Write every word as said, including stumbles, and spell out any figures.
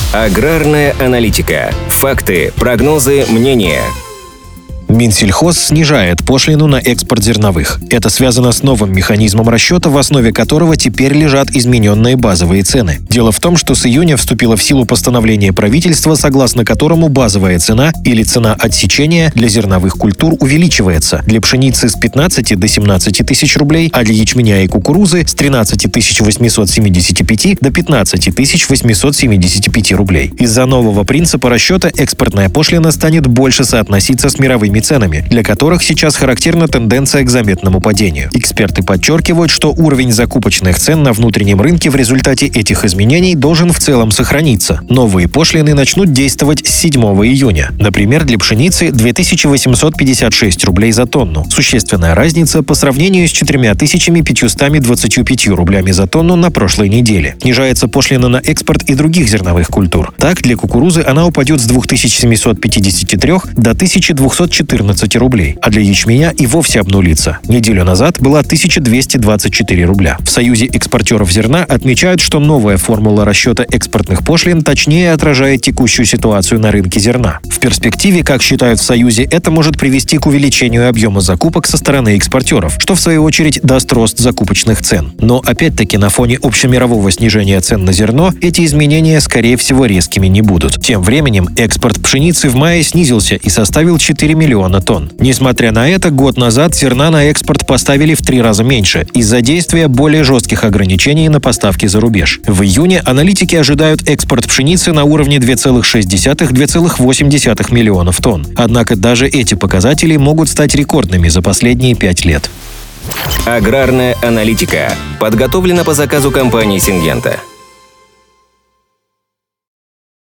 Аграрная аналитика. Факты, прогнозы, мнения. Минсельхоз снижает пошлину на экспорт зерновых. Это связано с новым механизмом расчета, в основе которого теперь лежат измененные базовые цены. Дело в том, что с июня вступило в силу постановление правительства, согласно которому базовая цена или цена отсечения для зерновых культур увеличивается. Для пшеницы с пятнадцати до семнадцати тысяч рублей, а для ячменя и кукурузы с тринадцати тысяч восьмисот семидесяти пяти до пятнадцати тысяч восьмисот семидесяти пяти рублей. Из-за нового принципа расчета экспортная пошлина станет больше соотноситься с мировыми ценами, для которых сейчас характерна тенденция к заметному падению. Эксперты подчеркивают, что уровень закупочных цен на внутреннем рынке в результате этих изменений должен в целом сохраниться. Новые пошлины начнут действовать с седьмого июня. Например, для пшеницы две тысячи восемьсот пятьдесят шесть рублей за тонну. Существенная разница по сравнению с четырьмя тысячами пятьюстами двадцатью пятью рублями за тонну на прошлой неделе. Снижается пошлина на экспорт и других зерновых культур. Так, для кукурузы она упадет с двух тысяч семисот пятидесяти трёх до тысячи двухсот четырнадцати рублей, а для ячменя и вовсе обнулится. Неделю назад была тысяча двести двадцать четыре рубля. В Союзе экспортеров зерна отмечают, что новая формула расчета экспортных пошлин точнее отражает текущую ситуацию на рынке зерна. В перспективе, как считают в Союзе, это может привести к увеличению объема закупок со стороны экспортеров, что в свою очередь даст рост закупочных цен. Но опять-таки на фоне общемирового снижения цен на зерно эти изменения, скорее всего, резкими не будут. Тем временем экспорт пшеницы в мае снизился и составил четыре миллиона тонн. Несмотря на это, год назад зерна на экспорт поставили в три раза меньше из-за действия более жестких ограничений на поставки за рубеж. В июне аналитики ожидают экспорт пшеницы на уровне две целых шесть десятых - две целых восемь десятых миллионов тонн. Однако даже эти показатели могут стать рекордными за последние пять лет. Аграрная аналитика подготовлена по заказу компании «Сингента».